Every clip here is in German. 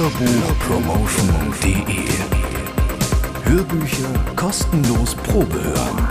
Hörbuchpromotion.de Hörbücher kostenlos Probe hören.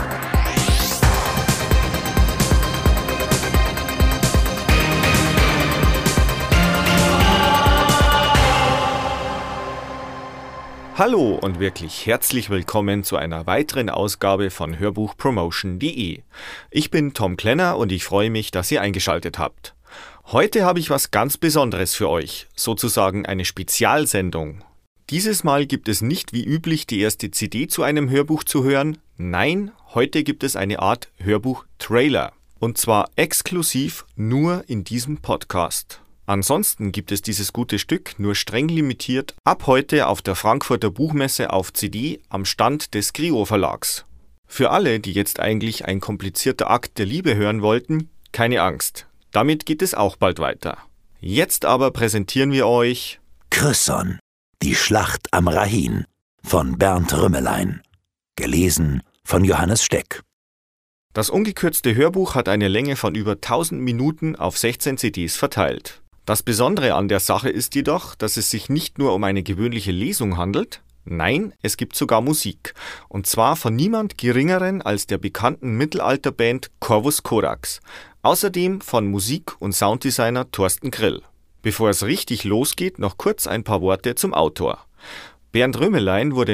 Hallo und wirklich herzlich willkommen zu einer weiteren Ausgabe von Hörbuchpromotion.de. Ich bin Tom Klenner und ich freue mich, dass ihr eingeschaltet habt. Heute habe ich was ganz Besonderes für euch, sozusagen eine Spezialsendung. Dieses Mal gibt es nicht wie üblich die erste CD zu einem Hörbuch zu hören. Nein, heute gibt es eine Art Hörbuch-Trailer. Und zwar exklusiv nur in diesem Podcast. Ansonsten gibt es dieses gute Stück nur streng limitiert ab heute auf der Frankfurter Buchmesse auf CD am Stand des Grio Verlags. Für alle, die jetzt eigentlich ein komplizierter Akt der Liebe hören wollten, keine Angst. Damit geht es auch bald weiter. Jetzt aber präsentieren wir euch Chryson, die Schlacht am Rahin von Bernd Rümmelein. Gelesen von Johannes Steck. Das ungekürzte Hörbuch hat eine Länge von über 1000 Minuten auf 16 CDs verteilt. Das Besondere an der Sache ist jedoch, dass es sich nicht nur um eine gewöhnliche Lesung handelt, nein, es gibt sogar Musik. Und zwar von niemand Geringeren als der bekannten Mittelalterband Corvus Corax. Außerdem von Musik- und Sounddesigner Thorsten Grill. Bevor es richtig losgeht, noch kurz ein paar Worte zum Autor. Bernd Rümmelein wurde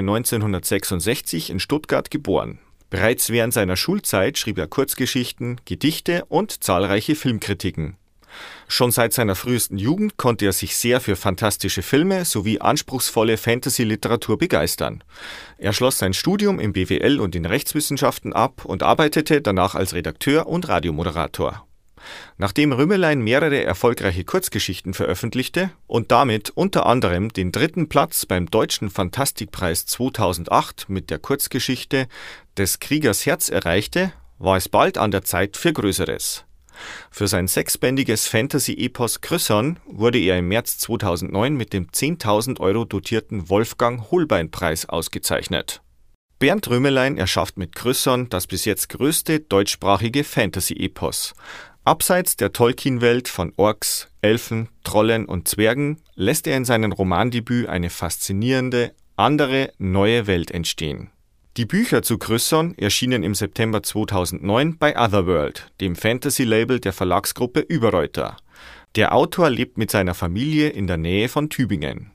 1966 in Stuttgart geboren. Bereits während seiner Schulzeit schrieb er Kurzgeschichten, Gedichte und zahlreiche Filmkritiken. Schon seit seiner frühesten Jugend konnte er sich sehr für fantastische Filme sowie anspruchsvolle Fantasy-Literatur begeistern. Er schloss sein Studium im BWL und in Rechtswissenschaften ab und arbeitete danach als Redakteur und Radiomoderator. Nachdem Rümmelein mehrere erfolgreiche Kurzgeschichten veröffentlichte und damit unter anderem den 3. Platz beim Deutschen Fantastikpreis 2008 mit der Kurzgeschichte Des Kriegers Herz erreichte, war es bald an der Zeit für Größeres. Für sein 6-bändiges Fantasy-Epos Chryson wurde er im März 2009 mit dem 10.000 € dotierten Wolfgang-Holbein-Preis ausgezeichnet. Bernd Rümmelein erschafft mit Chryson das bis jetzt größte deutschsprachige Fantasy-Epos. Abseits der Tolkien-Welt von Orks, Elfen, Trollen und Zwergen lässt er in seinem Romandebüt eine faszinierende, andere, neue Welt entstehen. Die Bücher zu Chryson erschienen im September 2009 bei Otherworld, dem Fantasy-Label der Verlagsgruppe Überreuter. Der Autor lebt mit seiner Familie in der Nähe von Tübingen.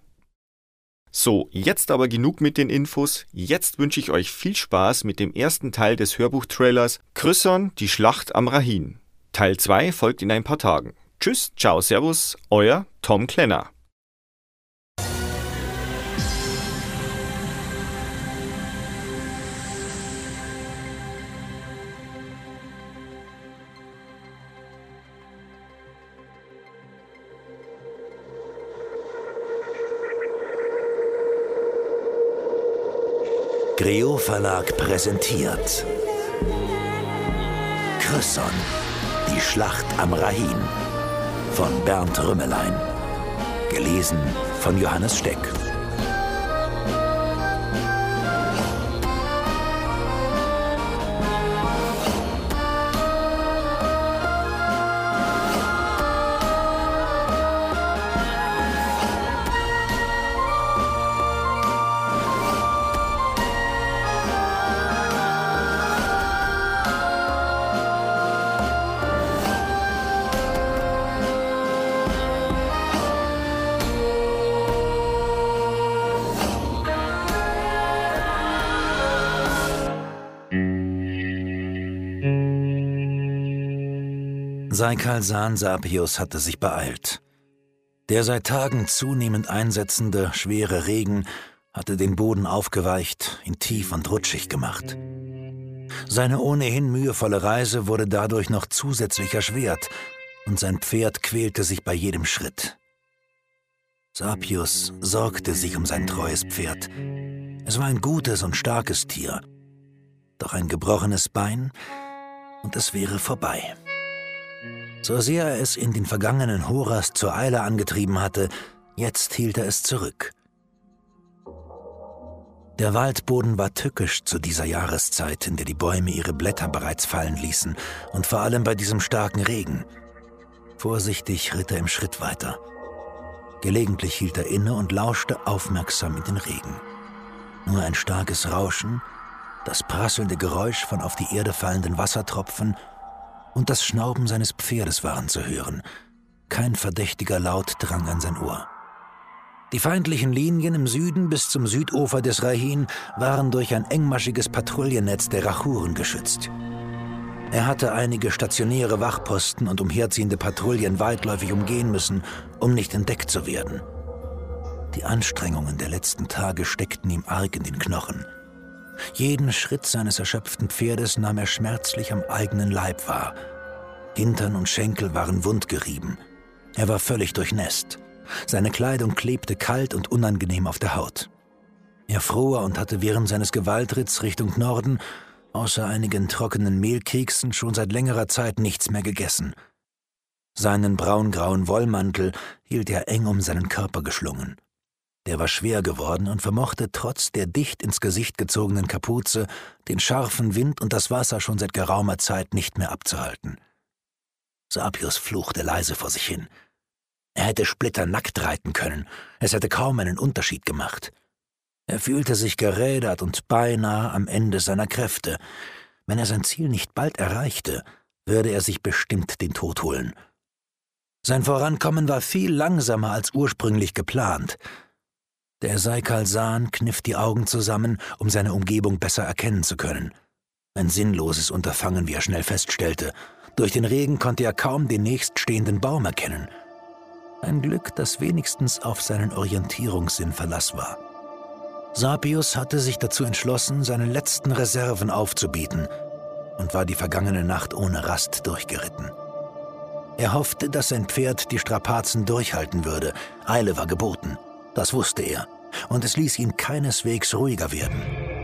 So, jetzt aber genug mit den Infos. Jetzt wünsche ich euch viel Spaß mit dem ersten Teil des Hörbuchtrailers Chryson, die Schlacht am Rahin. Teil 2 folgt in ein paar Tagen. Tschüss, ciao, servus, euer Tom Klenner. Grio Verlag präsentiert Chryson, die Schlacht am Rahin von Bernd Rümmelein. Gelesen von Johannes Steck. Saikalsan Sapius hatte sich beeilt. Der seit Tagen zunehmend einsetzende, schwere Regen hatte den Boden aufgeweicht, ihn tief und rutschig gemacht. Seine ohnehin mühevolle Reise wurde dadurch noch zusätzlich erschwert und sein Pferd quälte sich bei jedem Schritt. Sapius sorgte sich um sein treues Pferd. Es war ein gutes und starkes Tier. Doch ein gebrochenes Bein und es wäre vorbei. So sehr er es in den vergangenen Horas zur Eile angetrieben hatte, jetzt hielt er es zurück. Der Waldboden war tückisch zu dieser Jahreszeit, in der die Bäume ihre Blätter bereits fallen ließen, und vor allem bei diesem starken Regen. Vorsichtig ritt er im Schritt weiter. Gelegentlich hielt er inne und lauschte aufmerksam in den Regen. Nur ein starkes Rauschen, das prasselnde Geräusch von auf die Erde fallenden Wassertropfen und das Schnauben seines Pferdes waren zu hören. Kein verdächtiger Laut drang an sein Ohr. Die feindlichen Linien im Süden bis zum Südufer des Rahin waren durch ein engmaschiges Patrouillennetz der Rachuren geschützt. Er hatte einige stationäre Wachposten und umherziehende Patrouillen weitläufig umgehen müssen, um nicht entdeckt zu werden. Die Anstrengungen der letzten Tage steckten ihm arg in den Knochen. Jeden Schritt seines erschöpften Pferdes nahm er schmerzlich am eigenen Leib wahr. Hintern und Schenkel waren wundgerieben. Er war völlig durchnässt. Seine Kleidung klebte kalt und unangenehm auf der Haut. Er fror und hatte während seines Gewaltritts Richtung Norden außer einigen trockenen Mehlkeksen schon seit längerer Zeit nichts mehr gegessen. Seinen braungrauen Wollmantel hielt er eng um seinen Körper geschlungen. Der war schwer geworden und vermochte trotz der dicht ins Gesicht gezogenen Kapuze den scharfen Wind und das Wasser schon seit geraumer Zeit nicht mehr abzuhalten. Sapius fluchte leise vor sich hin. Er hätte splitternackt reiten können, es hätte kaum einen Unterschied gemacht. Er fühlte sich gerädert und beinahe am Ende seiner Kräfte. Wenn er sein Ziel nicht bald erreichte, würde er sich bestimmt den Tod holen. Sein Vorankommen war viel langsamer als ursprünglich geplant. Der Saikalsan kniff die Augen zusammen, um seine Umgebung besser erkennen zu können. Ein sinnloses Unterfangen, wie er schnell feststellte. Durch den Regen konnte er kaum den nächststehenden Baum erkennen. Ein Glück, das wenigstens auf seinen Orientierungssinn Verlass war. Sapius hatte sich dazu entschlossen, seine letzten Reserven aufzubieten und war die vergangene Nacht ohne Rast durchgeritten. Er hoffte, dass sein Pferd die Strapazen durchhalten würde. Eile war geboten, das wusste er, und es ließ ihn keineswegs ruhiger werden.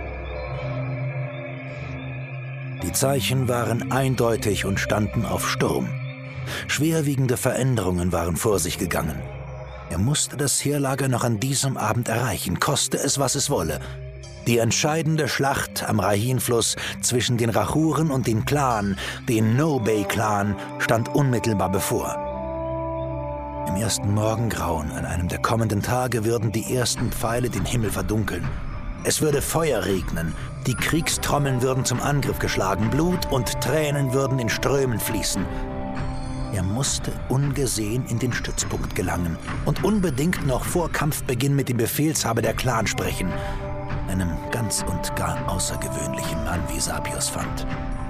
Die Zeichen waren eindeutig und standen auf Sturm. Schwerwiegende Veränderungen waren vor sich gegangen. Er musste das Heerlager noch an diesem Abend erreichen, koste es, was es wolle. Die entscheidende Schlacht am Rahin-Fluss zwischen den Rachuren und dem Clan, den No-Bay-Clan, stand unmittelbar bevor. Im ersten Morgengrauen an einem der kommenden Tage würden die ersten Pfeile den Himmel verdunkeln. Es würde Feuer regnen, die Kriegstrommeln würden zum Angriff geschlagen, Blut und Tränen würden in Strömen fließen. Er musste ungesehen in den Stützpunkt gelangen und unbedingt noch vor Kampfbeginn mit dem Befehlshaber der Clan sprechen, einem ganz und gar außergewöhnlichen Mann, wie Sapius fand.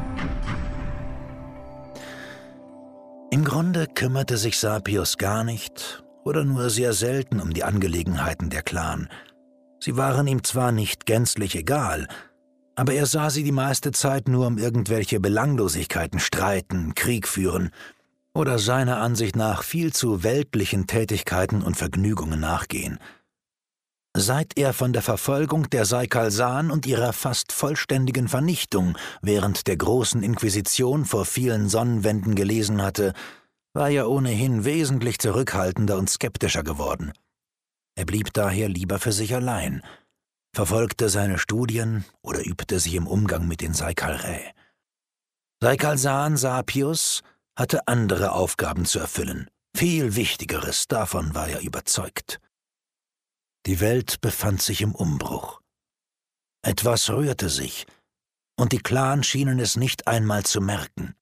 Im Grunde kümmerte sich Sapius gar nicht oder nur sehr selten um die Angelegenheiten der Clan. Sie waren ihm zwar nicht gänzlich egal, aber er sah sie die meiste Zeit nur um irgendwelche Belanglosigkeiten streiten, Krieg führen oder seiner Ansicht nach viel zu weltlichen Tätigkeiten und Vergnügungen nachgehen. Seit er von der Verfolgung der Saikalsan und ihrer fast vollständigen Vernichtung während der Großen Inquisition vor vielen Sonnenwenden gelesen hatte, war er ohnehin wesentlich zurückhaltender und skeptischer geworden. Er blieb daher lieber für sich allein, verfolgte seine Studien oder übte sich im Umgang mit den Saikalrä. Saikalsan Sapius hatte andere Aufgaben zu erfüllen, viel Wichtigeres, davon war er überzeugt. Die Welt befand sich im Umbruch. Etwas rührte sich, und die Clans schienen es nicht einmal zu merken.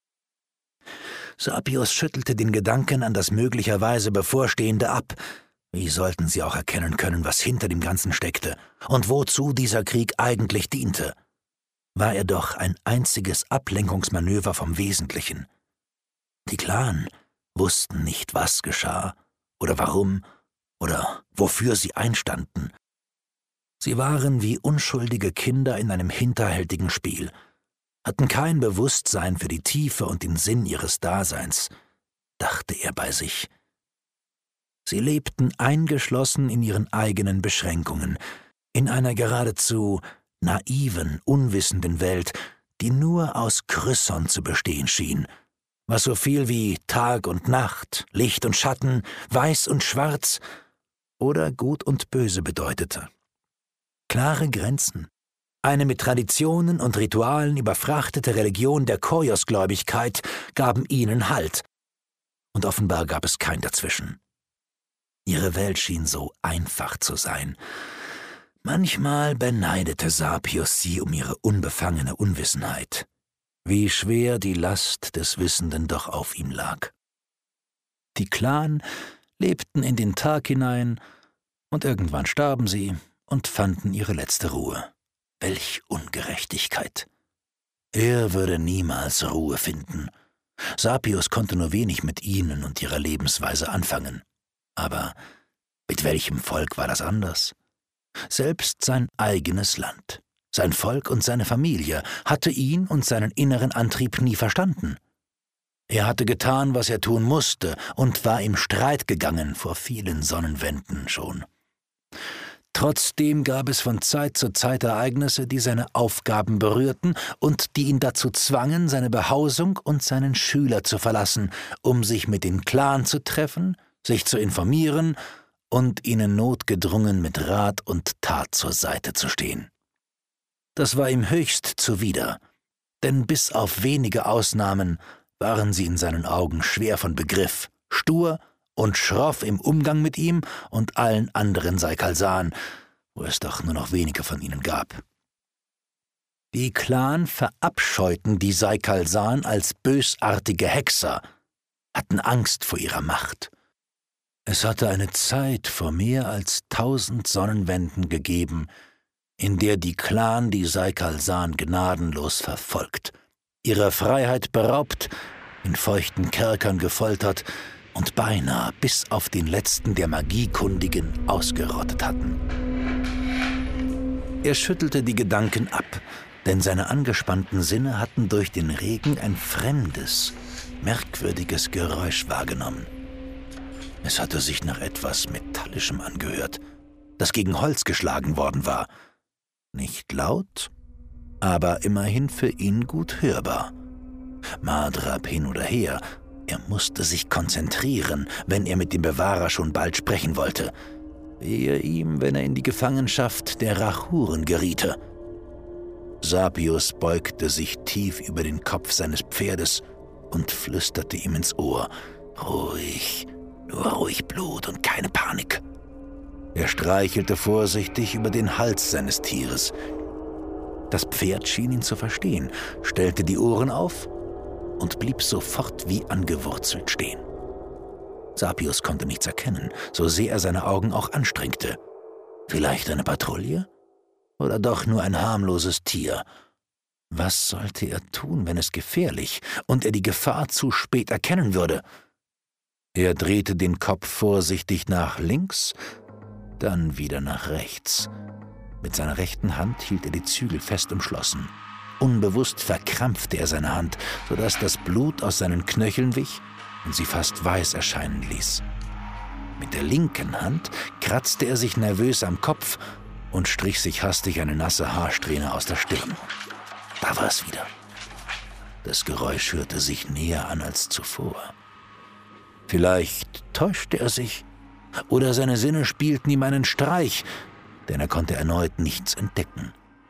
Sapius schüttelte den Gedanken an das möglicherweise Bevorstehende ab. Wie sollten sie auch erkennen können, was hinter dem Ganzen steckte und wozu dieser Krieg eigentlich diente? War er doch ein einziges Ablenkungsmanöver vom Wesentlichen. Die Clan wussten nicht, was geschah oder warum oder wofür sie einstanden. Sie waren wie unschuldige Kinder in einem hinterhältigen Spiel, hatten kein Bewusstsein für die Tiefe und den Sinn ihres Daseins, dachte er bei sich. Sie lebten eingeschlossen in ihren eigenen Beschränkungen, in einer geradezu naiven, unwissenden Welt, die nur aus Chrysson zu bestehen schien, was so viel wie Tag und Nacht, Licht und Schatten, Weiß und Schwarz oder Gut und Böse bedeutete. Klare Grenzen, eine mit Traditionen und Ritualen überfrachtete Religion der Koios-Gläubigkeit gaben ihnen Halt, und offenbar gab es kein Dazwischen. Ihre Ihre Welt schien so einfach zu sein. Manchmal beneidete Sapius sie um ihre unbefangene Unwissenheit. Wie schwer die Last des Wissenden doch auf ihm lag. Die Clan lebten in den Tag hinein, und irgendwann starben sie und fanden ihre letzte Ruhe. Welch Ungerechtigkeit! Er würde niemals Ruhe finden. Sapius konnte nur wenig mit ihnen und ihrer Lebensweise anfangen. Aber mit welchem Volk war das anders? Selbst sein eigenes Land, sein Volk und seine Familie hatte ihn und seinen inneren Antrieb nie verstanden. Er hatte getan, was er tun musste, und war im Streit gegangen vor vielen Sonnenwenden schon. Trotzdem gab es von Zeit zu Zeit Ereignisse, die seine Aufgaben berührten und die ihn dazu zwangen, seine Behausung und seinen Schüler zu verlassen, um sich mit dem Clan zu treffen, sich zu informieren und ihnen notgedrungen mit Rat und Tat zur Seite zu stehen. Das war ihm höchst zuwider, denn bis auf wenige Ausnahmen waren sie in seinen Augen schwer von Begriff, stur und schroff im Umgang mit ihm und allen anderen Saikalsan, wo es doch nur noch wenige von ihnen gab. Die Clan verabscheuten die Saikalsan als bösartige Hexer, hatten Angst vor ihrer Macht. Es hatte eine Zeit vor mehr als 1000 Sonnenwenden gegeben, in der die Clan die Saikalsan gnadenlos verfolgt, ihrer Freiheit beraubt, in feuchten Kerkern gefoltert und beinahe bis auf den letzten der Magiekundigen ausgerottet hatten. Er schüttelte die Gedanken ab, denn seine angespannten Sinne hatten durch den Regen ein fremdes, merkwürdiges Geräusch wahrgenommen. Es hatte sich nach etwas Metallischem angehört, das gegen Holz geschlagen worden war. Nicht laut, aber immerhin für ihn gut hörbar. Madrab hin oder her, er musste sich konzentrieren, wenn er mit dem Bewahrer schon bald sprechen wollte. Wehe ihm, wenn er in die Gefangenschaft der Rachuren geriete. Sapius beugte sich tief über den Kopf seines Pferdes und flüsterte ihm ins Ohr: »Ruhig, nur ruhig Blut und keine Panik.« Er streichelte vorsichtig über den Hals seines Tieres. Das Pferd schien ihn zu verstehen, stellte die Ohren auf und blieb sofort wie angewurzelt stehen. Sapius konnte nichts erkennen, so sehr er seine Augen auch anstrengte. Vielleicht eine Patrouille? Oder doch nur ein harmloses Tier? Was sollte er tun, wenn es gefährlich und er die Gefahr zu spät erkennen würde? Er drehte den Kopf vorsichtig nach links, dann wieder nach rechts. Mit seiner rechten Hand hielt er die Zügel fest umschlossen. Unbewusst verkrampfte er seine Hand, sodass das Blut aus seinen Knöcheln wich und sie fast weiß erscheinen ließ. Mit der linken Hand kratzte er sich nervös am Kopf und strich sich hastig eine nasse Haarsträhne aus der Stirn. Da war es wieder. Das Geräusch hörte sich näher an als zuvor. Vielleicht täuschte er sich, oder seine Sinne spielten ihm einen Streich, denn er konnte erneut nichts entdecken.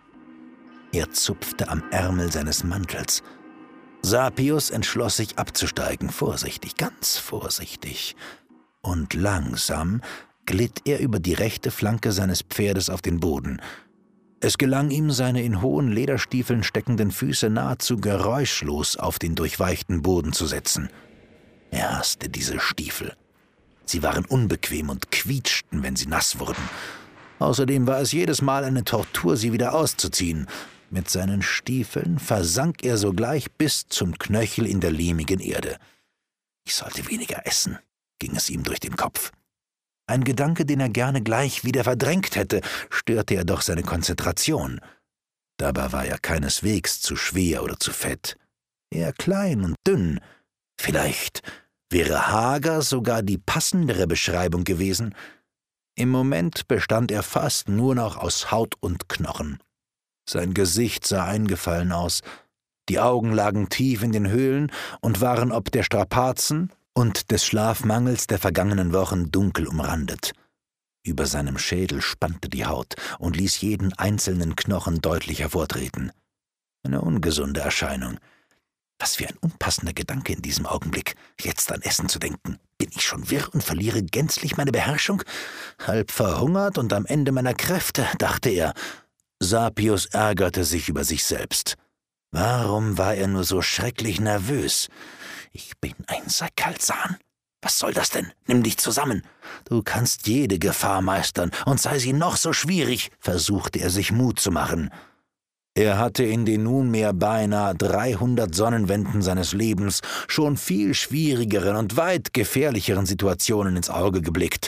Er zupfte am Ärmel seines Mantels. Sapius entschloss sich abzusteigen, vorsichtig, ganz vorsichtig. Und langsam glitt er über die rechte Flanke seines Pferdes auf den Boden. Es gelang ihm, seine in hohen Lederstiefeln steckenden Füße nahezu geräuschlos auf den durchweichten Boden zu setzen. Er hasste diese Stiefel. Sie waren unbequem und quietschten, wenn sie nass wurden. Außerdem war es jedes Mal eine Tortur, sie wieder auszuziehen. Mit seinen Stiefeln versank er sogleich bis zum Knöchel in der lehmigen Erde. Ich sollte weniger essen, ging es ihm durch den Kopf. Ein Gedanke, den er gerne gleich wieder verdrängt hätte, störte er doch seine Konzentration. Dabei war er keineswegs zu schwer oder zu fett. Eher klein und dünn. Vielleicht wäre hager sogar die passendere Beschreibung gewesen. Im Moment bestand er fast nur noch aus Haut und Knochen. Sein Gesicht sah eingefallen aus, die Augen lagen tief in den Höhlen und waren ob der Strapazen und des Schlafmangels der vergangenen Wochen dunkel umrandet. Über seinem Schädel spannte die Haut und ließ jeden einzelnen Knochen deutlich hervortreten. Eine ungesunde Erscheinung. Was für ein unpassender Gedanke in diesem Augenblick, jetzt an Essen zu denken. Bin ich schon wirr und verliere gänzlich meine Beherrschung? Halb verhungert und am Ende meiner Kräfte, dachte er. Sapius ärgerte sich über sich selbst. Warum war er nur so schrecklich nervös? Ich bin ein Sakalzahn. Was soll das denn? Nimm dich zusammen. Du kannst jede Gefahr meistern, und sei sie noch so schwierig, versuchte er sich Mut zu machen. Er hatte in den nunmehr beinahe 300 Sonnenwenden seines Lebens schon viel schwierigeren und weit gefährlicheren Situationen ins Auge geblickt.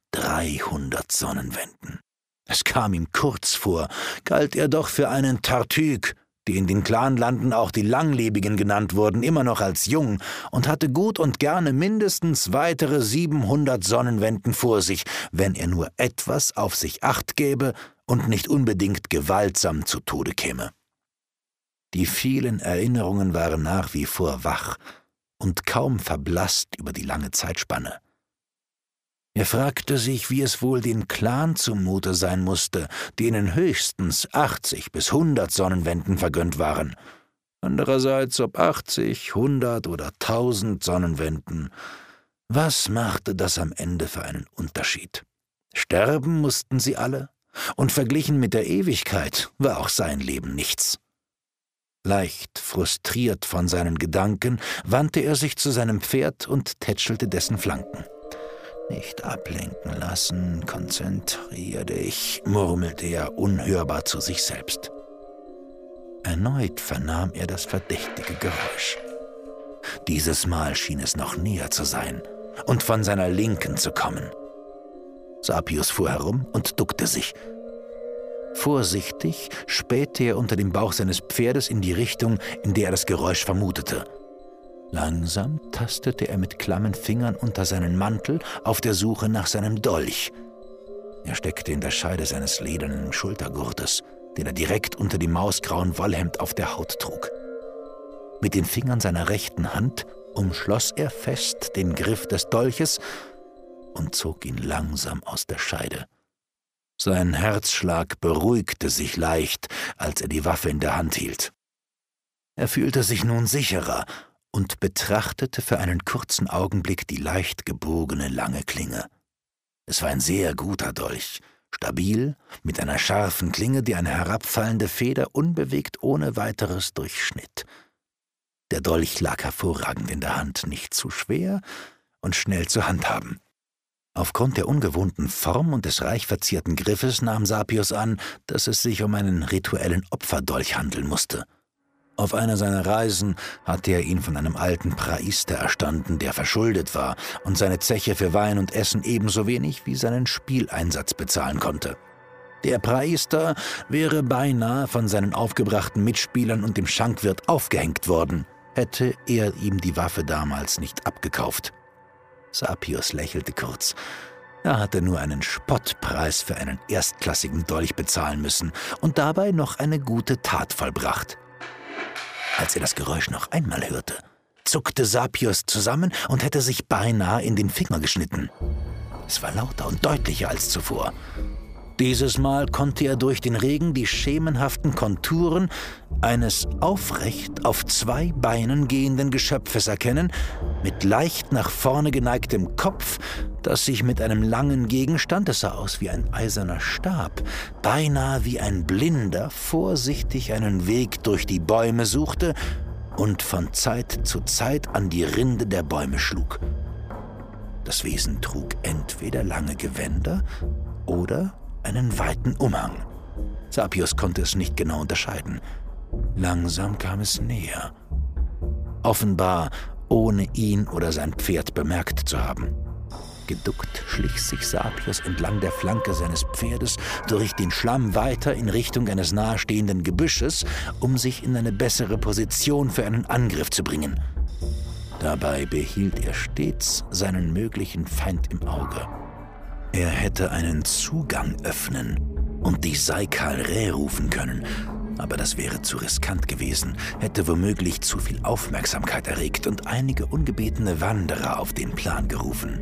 300 Sonnenwenden. Es kam ihm kurz vor, galt er doch für einen Tartüg, die in den Clanlanden auch die Langlebigen genannt wurden, immer noch als jung und hatte gut und gerne mindestens weitere 700 Sonnenwenden vor sich, wenn er nur etwas auf sich acht gäbe und nicht unbedingt gewaltsam zu Tode käme. Die vielen Erinnerungen waren nach wie vor wach und kaum verblasst über die lange Zeitspanne. Er fragte sich, wie es wohl den Clan zumute sein musste, denen höchstens 80 bis 100 Sonnenwenden vergönnt waren. Andererseits, ob 80, 100 oder 1000 Sonnenwenden, was machte das am Ende für einen Unterschied? Sterben mussten sie alle, und verglichen mit der Ewigkeit war auch sein Leben nichts. Leicht frustriert von seinen Gedanken, wandte er sich zu seinem Pferd und tätschelte dessen Flanken. »Nicht ablenken lassen, konzentrier dich«, murmelte er unhörbar zu sich selbst. Erneut vernahm er das verdächtige Geräusch. Dieses Mal schien es noch näher zu sein und von seiner Linken zu kommen. Sapius fuhr herum und duckte sich. Vorsichtig spähte er unter dem Bauch seines Pferdes in die Richtung, in der er das Geräusch vermutete. Langsam tastete er mit klammen Fingern unter seinen Mantel auf der Suche nach seinem Dolch. Er steckte in der Scheide seines ledernen Schultergurtes, den er direkt unter dem mausgrauen Wollhemd auf der Haut trug. Mit den Fingern seiner rechten Hand umschloss er fest den Griff des Dolches und zog ihn langsam aus der Scheide. Sein Herzschlag beruhigte sich leicht, als er die Waffe in der Hand hielt. Er fühlte sich nun sicherer und betrachtete für einen kurzen Augenblick die leicht gebogene lange Klinge. Es war ein sehr guter Dolch, stabil, mit einer scharfen Klinge, die eine herabfallende Feder unbewegt ohne weiteres durchschnitt. Der Dolch lag hervorragend in der Hand, nicht zu schwer und schnell zu handhaben. Aufgrund der ungewohnten Form und des reich verzierten Griffes nahm Sapius an, dass es sich um einen rituellen Opferdolch handeln musste. Auf einer seiner Reisen hatte er ihn von einem alten Praister erstanden, der verschuldet war und seine Zeche für Wein und Essen ebenso wenig wie seinen Spieleinsatz bezahlen konnte. Der Praister wäre beinahe von seinen aufgebrachten Mitspielern und dem Schankwirt aufgehängt worden, hätte er ihm die Waffe damals nicht abgekauft. Sapius lächelte kurz. Er hatte nur einen Spottpreis für einen erstklassigen Dolch bezahlen müssen und dabei noch eine gute Tat vollbracht. Als er das Geräusch noch einmal hörte, zuckte Sapius zusammen und hätte sich beinahe in den Finger geschnitten. Es war lauter und deutlicher als zuvor. Dieses Mal konnte er durch den Regen die schemenhaften Konturen eines aufrecht auf 2 Beinen gehenden Geschöpfes erkennen, mit leicht nach vorne geneigtem Kopf, das sich mit einem langen Gegenstand, es sah aus wie ein eiserner Stab, beinahe wie ein Blinder, vorsichtig einen Weg durch die Bäume suchte und von Zeit zu Zeit an die Rinde der Bäume schlug. Das Wesen trug entweder lange Gewänder oder einen weiten Umhang. Sapius konnte es nicht genau unterscheiden. Langsam kam es näher. Offenbar ohne ihn oder sein Pferd bemerkt zu haben. Geduckt schlich sich Sapius entlang der Flanke seines Pferdes durch den Schlamm weiter in Richtung eines nahestehenden Gebüsches, um sich in eine bessere Position für einen Angriff zu bringen. Dabei behielt er stets seinen möglichen Feind im Auge. Er hätte einen Zugang öffnen und die Saikal-Rä rufen können, aber das wäre zu riskant gewesen, hätte womöglich zu viel Aufmerksamkeit erregt und einige ungebetene Wanderer auf den Plan gerufen.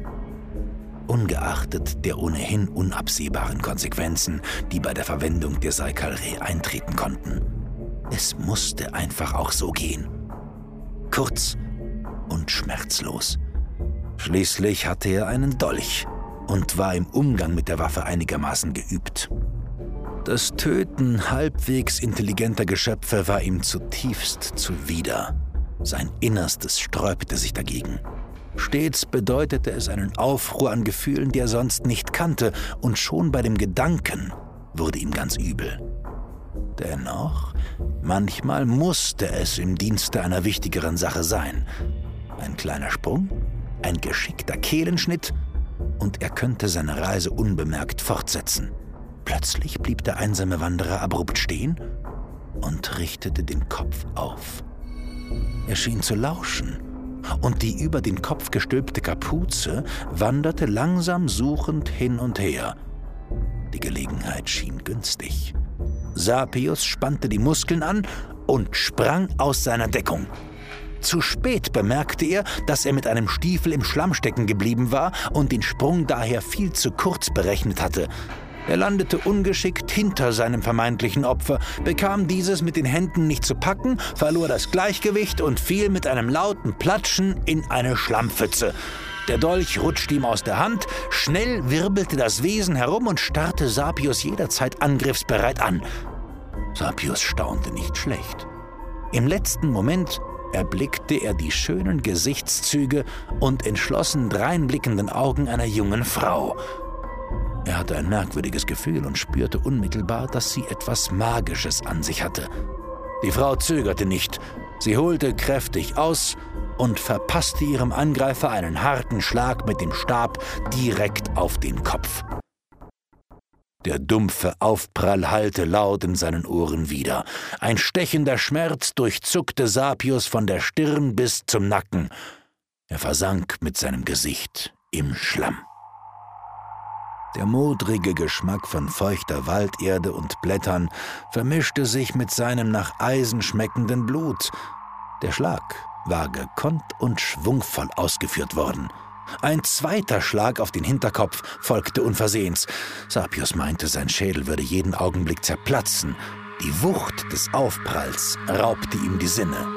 Ungeachtet der ohnehin unabsehbaren Konsequenzen, die bei der Verwendung der Saikal-Rä eintreten konnten. Es musste einfach auch so gehen. kurz und schmerzlos. Schließlich hatte er einen Dolch und war im Umgang mit der Waffe einigermaßen geübt. Das Töten halbwegs intelligenter Geschöpfe war ihm zutiefst zuwider. Sein Innerstes sträubte sich dagegen. Stets bedeutete es einen Aufruhr an Gefühlen, die er sonst nicht kannte, und schon bei dem Gedanken wurde ihm ganz übel. Dennoch, manchmal musste es im Dienste einer wichtigeren Sache sein. Ein kleiner Sprung, ein geschickter Kehlenschnitt, und er könnte seine Reise unbemerkt fortsetzen. Plötzlich blieb der einsame Wanderer abrupt stehen und richtete den Kopf auf. Er schien zu lauschen, und die über den Kopf gestülpte Kapuze wanderte langsam suchend hin und her. Die Gelegenheit schien günstig. Sapius spannte die Muskeln an und sprang aus seiner Deckung. Zu spät bemerkte er, dass er mit einem Stiefel im Schlamm stecken geblieben war und den Sprung daher viel zu kurz berechnet hatte. Er landete ungeschickt hinter seinem vermeintlichen Opfer, bekam dieses mit den Händen nicht zu packen, verlor das Gleichgewicht und fiel mit einem lauten Platschen in eine Schlammpfütze. Der Dolch rutschte ihm aus der Hand, schnell wirbelte das Wesen herum und starrte Sapius jederzeit angriffsbereit an. Sapius staunte nicht schlecht. Im letzten Moment erblickte er die schönen Gesichtszüge und entschlossen dreinblickenden Augen einer jungen Frau. Er hatte ein merkwürdiges Gefühl und spürte unmittelbar, dass sie etwas Magisches an sich hatte. Die Frau zögerte nicht. Sie holte kräftig aus und verpasste ihrem Angreifer einen harten Schlag mit dem Stab direkt auf den Kopf. Der dumpfe Aufprall hallte laut in seinen Ohren wider. Ein stechender Schmerz durchzuckte Sapius von der Stirn bis zum Nacken. Er versank mit seinem Gesicht im Schlamm. Der modrige Geschmack von feuchter Walderde und Blättern vermischte sich mit seinem nach Eisen schmeckenden Blut. Der Schlag war gekonnt und schwungvoll ausgeführt worden. Ein zweiter Schlag auf den Hinterkopf folgte unversehens. Sapius meinte, sein Schädel würde jeden Augenblick zerplatzen. Die Wucht des Aufpralls raubte ihm die Sinne.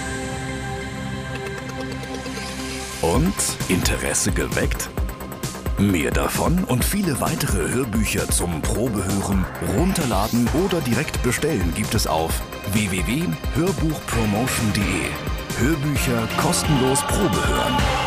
Und Interesse geweckt? Mehr davon und viele weitere Hörbücher zum Probehören, runterladen oder direkt bestellen gibt es auf www.hörbuchpromotion.de. Hörbücher kostenlos Probehören.